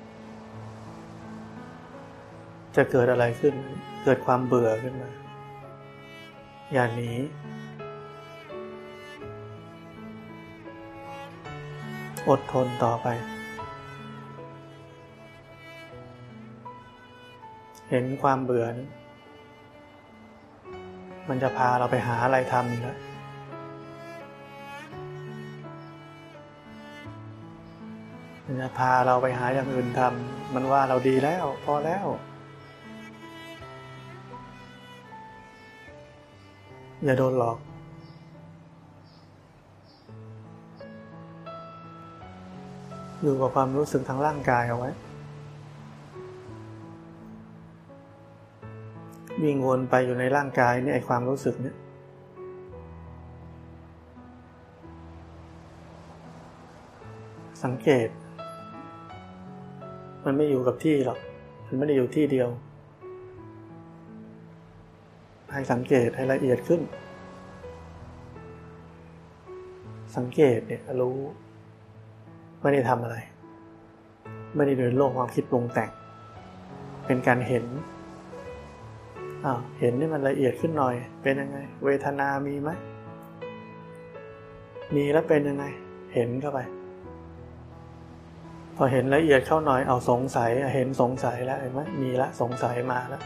จะเกิดอะไรขึ้นเกิดความเบื่อขึ้นมาอย่าหนีอดทนต่อไปเห็นความเบื่อนี้มันจะพาเราไปหาอะไรทำอีกแล้วมันจะพาเราไปหาอย่างอื่นทำมันว่าเราดีแล้วพอแล้วอย่าโดนหลอกอยู่กับความรู้สึกทางร่างกายเอาไว้วิ่งวนไปอยู่ในร่างกายนี่ไอ้ความรู้สึกเนี่ยสังเกตมันไม่อยู่กับที่หรอกมันไม่ได้อยู่ที่เดียวให้สังเกตให้ละเอียดขึ้นสังเกตเนี่ยรู้ไม่ได้ทำอะไรไม่ได้เดินโลกความคิดปรุงแต่งเป็นการเห็นเห็นนี่มันละเอียดขึ้นหน่อยเป็นยังไงเวทนามีไหมมีแล้วเป็นยังไงเห็นเข้าไปพอเห็นละเอียดเข้าหน่อยเอาสงสัยเห็นสงสัยแล้วเห็นไหมมีละสงสัยมาแล้ว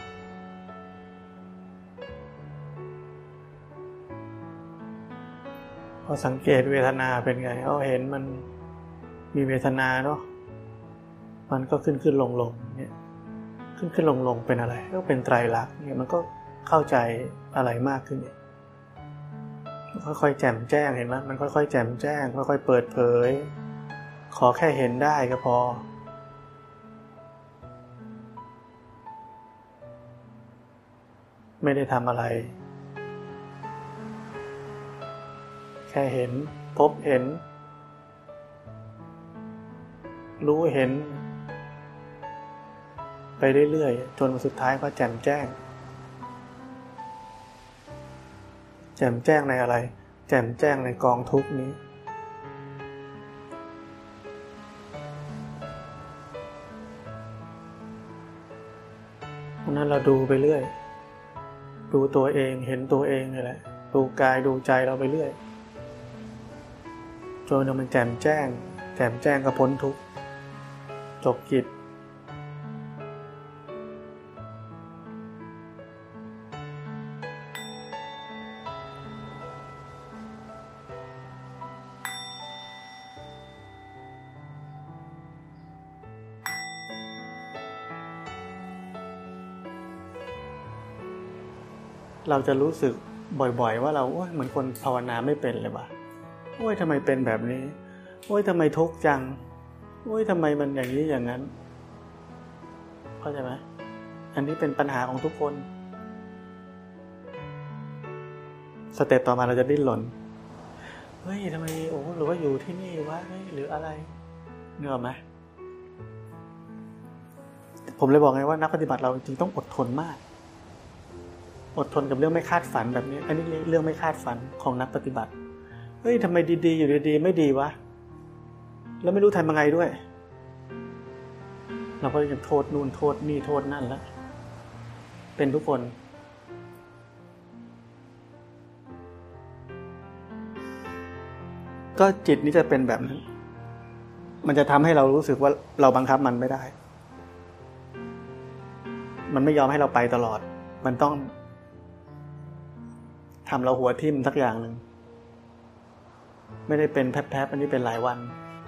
พอสังเกตเวทนาเป็นไงเห็นมันมีเวทนาเนาะมันก็ขึ้นลงเนี่ยขึ้นลงเป็นอะไรก็เป็นไตรลักษณ์เนี่ยมันก็เข้าใจอะไรมากขึ้นค่อยๆแจ่มแจ้งเห็นไหมมันค่อยๆแจ่มแจ้งค่อยๆเปิดเผยขอแค่เห็นได้ก็พอไม่ได้ทำอะไรแค่เห็นพบเห็นรู้เห็นไปเรื่อยๆจนสุดท้ายก็แจ่มแจ้งแจ่มแจ้งในอะไรแจ่มแจ้งในกองทุกข์นี้เพราะนั้นเราดูไปเรื่อยดูตัวเองเห็นตัวเองนี่แหละดูกายดูใจเราไปเรื่อยจนมันแจ่มแจ้งก็พ้นทุกข์จบกิจเราจะรู้สึกบ่อยๆว่าเราเหมือนคนภาวนาไม่เป็นเลยว่ะทำไมเป็นแบบนี้ทำไมทุกข์จังทำไมมันอย่างนี้อย่างนั้นเข้าใจไหมอันนี้เป็นปัญหาของทุกคนสเต็ปต่อมาเราจะดิ้นรนทำไมหรือว่าอยู่ที่นี่วะหรืออะไรเนื้อไหมผมเลยบอกไงว่านักปฏิบัติเราจริงต้องอดทนมากอดทนกับเรื่องไม่คาดฝันแบบนี้อันนี้เรื่องไม่คาดฝันของนักปฏิบัติทำไมดีๆอยู่ดีๆไม่ดีวะแล้วไม่รู้ทำยังไงด้วยเราก็จะโทษนู่นโทษนี่โทษนั่นแล้วเป็นทุกคนก็จิตนี้จะเป็นแบบนั้นมันจะทำให้เรารู้สึกว่าเราบังคับมันไม่ได้มันไม่ยอมให้เราไปตลอดมันต้องทำเราหัวทิ่มสักอย่างหนึ่งไม่ได้เป็นแป๊บๆอันนี้เป็นหลายวัน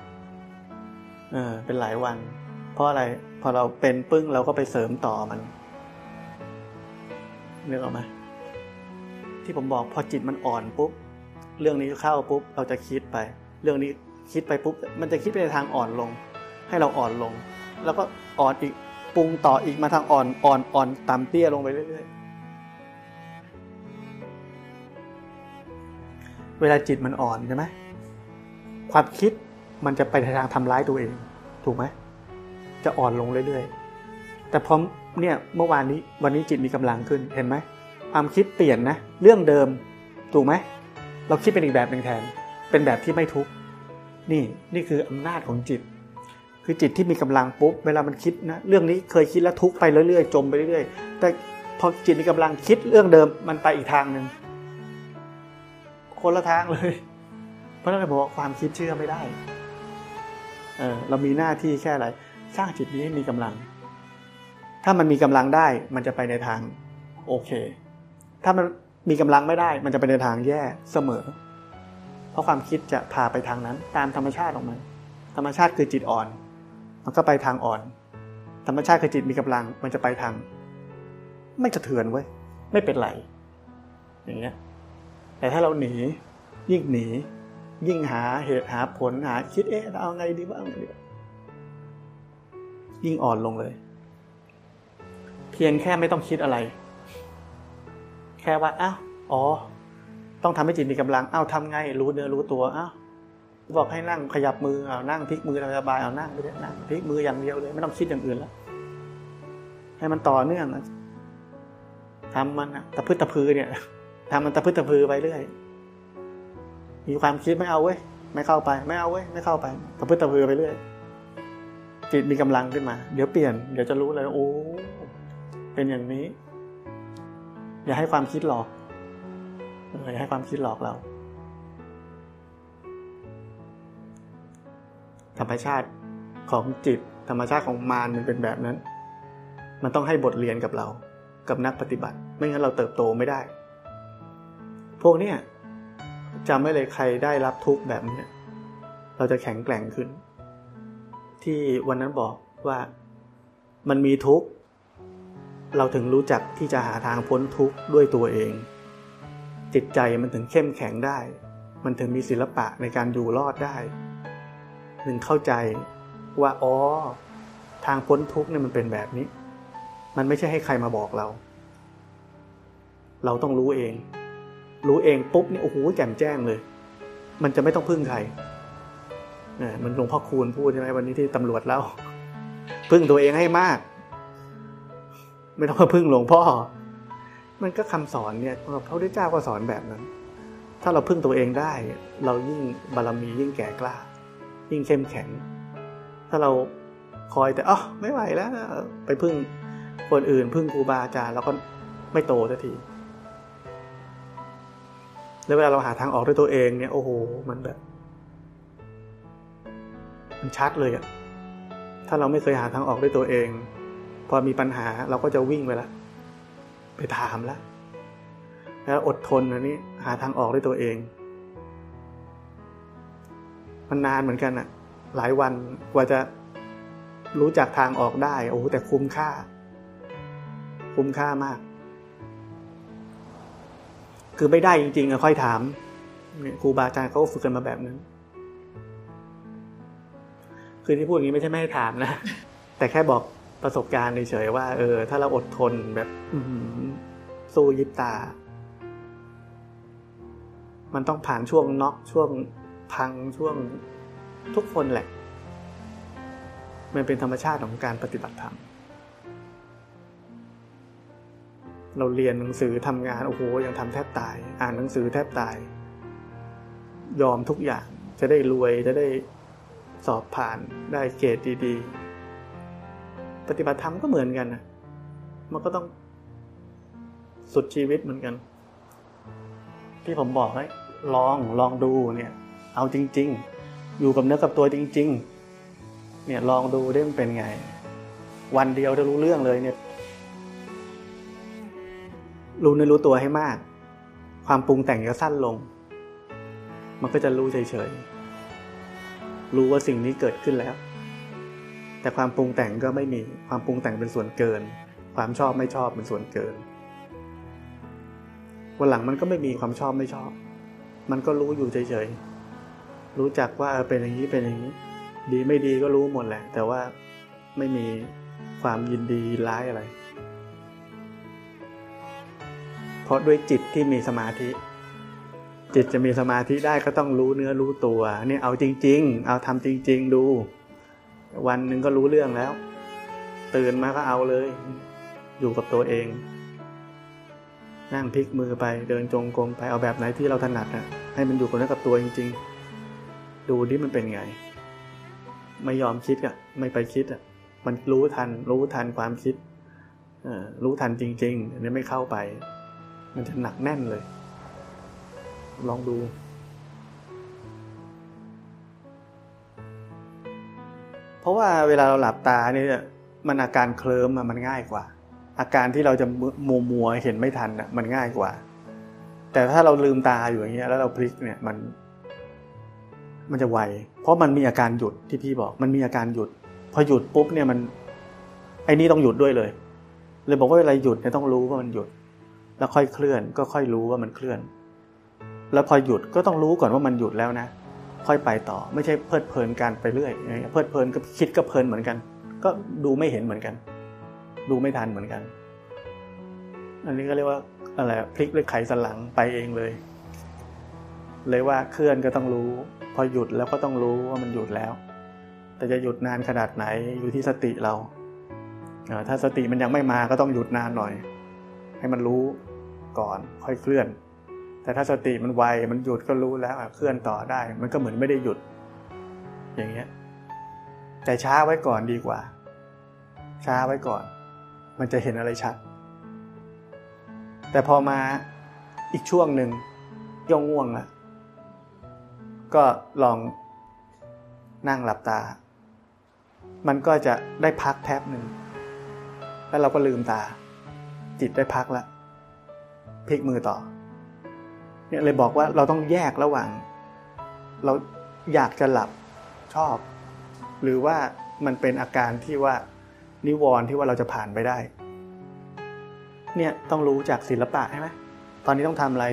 เป็นหลายวันเพราะอะไรพอเราเป็นปึ้งเราก็ไปเสริมต่อมันนึกออกไหมที่ผมบอกพอจิตมันอ่อนปุ๊บเรื่องนี้เข้าปุ๊บเราจะคิดไปเรื่องนี้คิดไปปุ๊บมันจะคิดไปในทางอ่อนลงให้เราอ่อนลงแล้วก็อ่อนอีกปรุงต่ออีกมาทางอ่อนต่ำเตี้ยลงไปเรื่อยๆเวลาจิตมันอ่อนใช่ไหมความคิดมันจะไปในทางทำร้ายตัวเองถูกไหมจะอ่อนลงเรื่อยๆแต่พอเนี่ยเมื่อวานนี้วันนี้จิตมีกำลังขึ้นเห็นไหมความคิดเปลี่ยนนะเรื่องเดิมถูกไหมเราคิดเป็นอีกแบบหนึ่งแทนเป็นแบบที่ไม่ทุกข์นี่คืออำนาจของจิตคือจิตที่มีกำลังปุ๊บเวลามันคิดนะเรื่องนี้เคยคิดแล้วทุกข์ไปเรื่อยๆจมไปเรื่อยๆแต่พอจิตมีกำลังคิดเรื่องเดิมมันไปอีกทางนึงคนละทางเลยเพราะฉะนั้นบอกว่าความคิดเชื่อไม่ได้เรามีหน้าที่แค่อะไรสร้างจิตนี้ให้มีกำลังถ้ามันมีกำลังได้มันจะไปในทางโอเคถ้ามันมีกำลังไม่ได้มันจะไปในทางแย่เสมอเพราะความคิดจะพาไปทางนั้นตามธรรมชาติของมันธรรมชาติคือจิตอ่อนมันก็ไปทางอ่อนธรรมชาติคือจิตมีกำลังมันจะไปทางไม่สะเทือนเว้ยไม่เป็นไรอย่างเงี้ยแต่ถ้าเราหนียิ่งหาเหตุหาผลหาคิดเอาไงดีว่าเอาไงดียิ่งอ่อนลงเลยเพียงแค่ไม่ต้องคิดอะไรแค่ว่าต้องทำให้จิตมีกำลังทำไงรู้เนื้อรู้ตัวบอกให้นั่งขยับมือนั่งพลิกมือสบายนั่งไปเลยนั่งพลิกมืออย่างเดียวเลยไม่ต้องคิดอย่างอื่นแล้วให้มันต่อเนื่องทำมันตะพึดตะพือเนี่ยทำมันตะพึดตะพือไปเรื่อยมีความคิดไม่เอาเว้ยไม่เข้าไปไม่เอาเว้ยไม่เข้าไปตะพึดตะพือไปเรื่อยจิตมีกำลังขึ้นมาเดี๋ยวเปลี่ยนเดี๋ยวจะรู้เลยโอ้เป็นอย่างนี้อย่าให้ความคิดหลอกอย่าให้ความคิดหลอกเราธรรมชาติของจิตธรรมชาติของมารมันเป็นแบบนั้นมันต้องให้บทเรียนกับเรากับนักปฏิบัติไม่งั้นเราเติบโตไม่ได้พวกนี้จำไว้เลยใครได้รับทุกข์แบบนี้เราจะแข็งแกร่งขึ้นที่วันนั้นบอกว่ามันมีทุกข์เราถึงรู้จักที่จะหาทางพ้นทุกข์ด้วยตัวเองจิตใจมันถึงเข้มแข็งได้มันถึงมีศิลปะในการอยู่รอดได้ถึงเข้าใจว่าทางพ้นทุกข์เนี่ยมันเป็นแบบนี้มันไม่ใช่ให้ใครมาบอกเราต้องรู้เองปุ๊บนี่โอ้โหแจ่มแจ้งเลยมันจะไม่ต้องพึ่งใครมันหลวงพ่อคูณพูดใช่ไหมวันนี้ที่ตำรวจเล่าพึ่งตัวเองให้มากไม่ต้องมาพึ่งหลวงพ่อมันก็คำสอนเนี่ยพระพุทธเจ้าก็สอนแบบนั้นถ้าเราพึ่งตัวเองได้เรายิ่งบารมียิ่งแก่กล้ายิ่งเข้มแข็งถ้าเราคอยแต่ไม่ไหวแล้วไปพึ่งคนอื่นพึ่งครูบาอาจารย์แล้วก็ไม่โตสักทีแล้วเวลาเราหาทางออกด้วยตัวเองเนี่ยโอ้โหมันแบบมันชัดเลยถ้าเราไม่เคยหาทางออกด้วยตัวเองพอมีปัญหาเราก็จะวิ่งไปแล้วไปถามแล้วอดทนอันนี้หาทางออกด้วยตัวเองมันนานเหมือนกันหลายวันกว่าจะรู้จักทางออกได้โอ้โหแต่คุ้มค่ามากคือไม่ได้จริงๆค่อยถามครูบาอาจารย์เขาฝึกกันมาแบบนั้นคือที่พูดอย่างนี้ไม่ใช่ไม่ให้ถามนะแต่แค่บอกประสบการณ์เฉยๆว่าถ้าเราอดทนแบบสู้ยิบตามันต้องผ่านช่วงน็อกช่วงพังช่วงทุกคนแหละมันเป็นธรรมชาติของการปฏิบัติธรรมเราเรียนหนังสือทำงานโอ้โหยังทำแทบตายอ่านหนังสือแทบตายยอมทุกอย่างจะได้รวยจะได้สอบผ่านได้เกรดดีๆปฏิบัติธรรมก็เหมือนกันนะมันก็ต้องสุดชีวิตเหมือนกันที่ผมบอกให้ลองดูเนี่ยเอาจริงๆอยู่กับเนื้อกับตัวจริงๆเนี่ยลองดูได้มันเป็นไงวันเดียวจะรู้เรื่องเลยเนี่ยรู้ตัวให้มากความปรุงแต่งจะสั้นลงมันก็จะรู้เฉยๆรู้ว่าสิ่งนี้เกิดขึ้นแล้วแต่ความปรุงแต่งก็ไม่มีความปรุงแต่งเป็นส่วนเกินความชอบไม่ชอบเป็นส่วนเกินวันหลังมันก็ไม่มีความชอบไม่ชอบมันก็รู้อยู่เฉยๆรู้จักว่าเป็นอย่างนี้เป็นอย่างนี้ดีไม่ดีก็รู้หมดแหละแต่ว่าไม่มีความยินดีร้ายอะไรเพราะด้วยจิตที่มีสมาธิจิตจะมีสมาธิได้ก็ต้องรู้เนื้อรู้ตัวนี่เอาจริงๆเอาทำจริงๆดูวันหนึ่งก็รู้เรื่องแล้วตื่นมาก็เอาเลยอยู่กับตัวเองนั่งพลิกมือไปเดินจงกรมไปเอาแบบไหนที่เราถนัดนะให้มันอยู่กับตัวจริงๆดูดิมันเป็นไงไม่ยอมคิดอ่ะไม่ไปคิดอ่ะมันรู้ทันความคิดรู้ทันจริงๆอันนี้ไม่เข้าไปมันจะหนักแน่นเลยลองดูเพราะว่าเวลาเราหลับตาเนี่ยมันอาการเคลิ้มมันง่ายกว่าอาการที่เราจะมัวเห็นไม่ทันน่ะมันง่ายกว่าแต่ถ้าเราลืมตาอยู่อย่างเงี้ยแล้วเราพลิกเนี่ยมันจะไวเพราะมันมีอาการหยุดที่พี่บอกมันมีอาการหยุดพอหยุดปุ๊บเนี่ยมันไอ้นี่ต้องหยุดด้วยเลยบอกว่าเวลาหยุดเนี่ยต้องรู้ว่ามันหยุดแล้วค่อยเคลื่อนก็ค่อยรู้ว่ามันเคลื่อนแล้วพอหยุดก็ต้องรู้ก่อนว่ามันหยุดแล้วนะค่อยไปต่อไม่ใช่เพลิดเพลินกันไปเรื่อยเพลิดเพลินก็คิดก็เพลินเหมือนกันก็ดูไม่เห็นเหมือนกันดูไม่ทันเหมือนกันอันนี้ก็เรียกว่าอะไรพลิกด้วยไขสันหลังไปเองเลยว่าเคลื่อนก็ต้องรู้พอหยุดแล้วก็ต้องรู้ว่ามันหยุดแล้วแต่จะหยุดนานขนาดไหนอยู่ที่สติเราถ้าสติมันยังไม่มาก็ต้องหยุดนานหน่อยให้มันรู้ก่อนค่อยเคลื่อนแต่ถ้าสติมันไวมันหยุดก็รู้แล้วเคลื่อนต่อได้มันก็เหมือนไม่ได้หยุดอย่างเงี้ยแต่ช้าไว้ก่อนดีกว่าช้าไว้ก่อนมันจะเห็นอะไรชัดแต่พอมาอีกช่วงหนึ่งย่องง่วงละก็ลองนั่งหลับตามันก็จะได้พักแป๊บหนึ่งแล้วเราก็ลืมตาจิตได้พักแล้วพลิกมือต่อเนี่ยเลยบอกว่าเราต้องแยกระหว่างเราอยากจะหลับชอบหรือว่ามันเป็นอาการที่ว่านิวรณ์ที่ว่าเราจะผ่านไปได้เนี่ยต้องรู้จากศิลปะใช่ไหมตอนนี้ต้องทำอะไร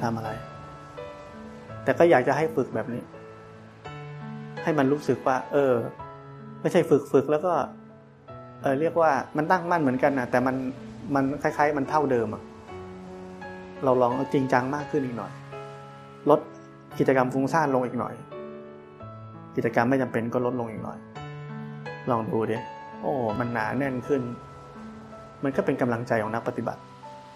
แต่ก็อยากจะให้ฝึกแบบนี้ให้มันรู้สึกว่าไม่ใช่ฝึกแล้วก็เรียกว่ามันตั้งมั่นเหมือนกันนะแต่มันคล้ายๆมันเท่าเดิมอ่ะเราลองจริงจังมากขึ้นอีกหน่อยลดกิจกรรมฟุ้งซ่านลงอีกหน่อยกิจกรรมไม่จำเป็นก็ลดลงอีกหน่อยลองดูดิโอ้มันหนาแน่นขึ้นมันก็เป็นกำลังใจของนักปฏิบัติ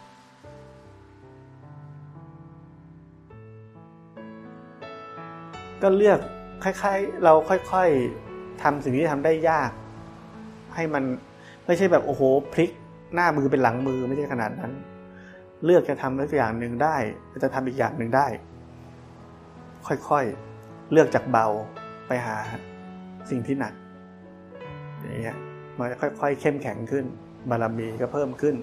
ก็เลือกคล้ายๆเราค่อยๆทำสิ่งที่ทำได้ยากให้มันไม่ใช่แบบโอ้โหพลิกหน้ามือเป็นหลังมือไม่ใช่ขนาดนั้นเลือกจะทำสักอย่างหนึ่งได้จะทำอีกอย่างหนึ่งได้ค่อยๆเลือกจากเบาไปหาสิ่งที่หนักอย่างเงี้ยมันค่อยๆเข้มแข็งขึ้นบารมีก็เพิ่มขึ้น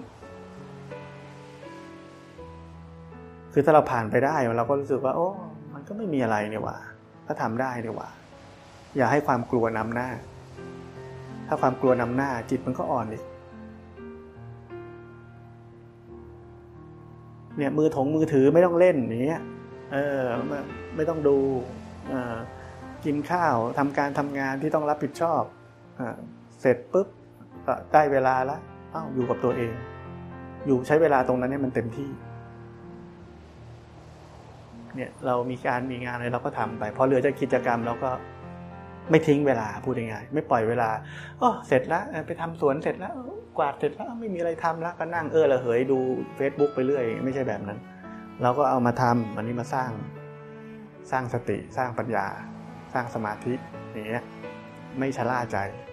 คือถ้าเราผ่านไปได้เราก็รู้สึกว่าโอ้มันก็ไม่มีอะไรเนี่ยว่ะก็ทำได้เนี่ยว่ะอย่าให้ความกลัวนำหน้าถ้าความกลัวนำหน้าจิตมันก็อ่อนอีกเนี่ยมือถือไม่ต้องเล่นอย่างเงี้ยไม่ต้องดูกินข้าวทำงานที่ต้องรับผิดชอบเสร็จปุ๊บก็ได้เวลาแล้วอยู่กับตัวเองอยู่ใช้เวลาตรงนั้นให้มันเต็มที่เนี่ยเรามีงานอะไรเราก็ทำไปพอเหลือจากกิจกรรมเราก็ไม่ทิ้งเวลาพูดง่ายๆไม่ปล่อยเวลาเสร็จแล้วไปทำสวนเสร็จแล้วกวาดเสร็จแล้วไม่มีอะไรทำแล้วก็นั่งระเหยดู Facebook ไปเรื่อยไม่ใช่แบบนั้นเราก็เอามาทำอันนี้มาสร้างสติสร้างปัญญาสร้างสมาธิอย่างเงี้ยไม่ชะล่าใจ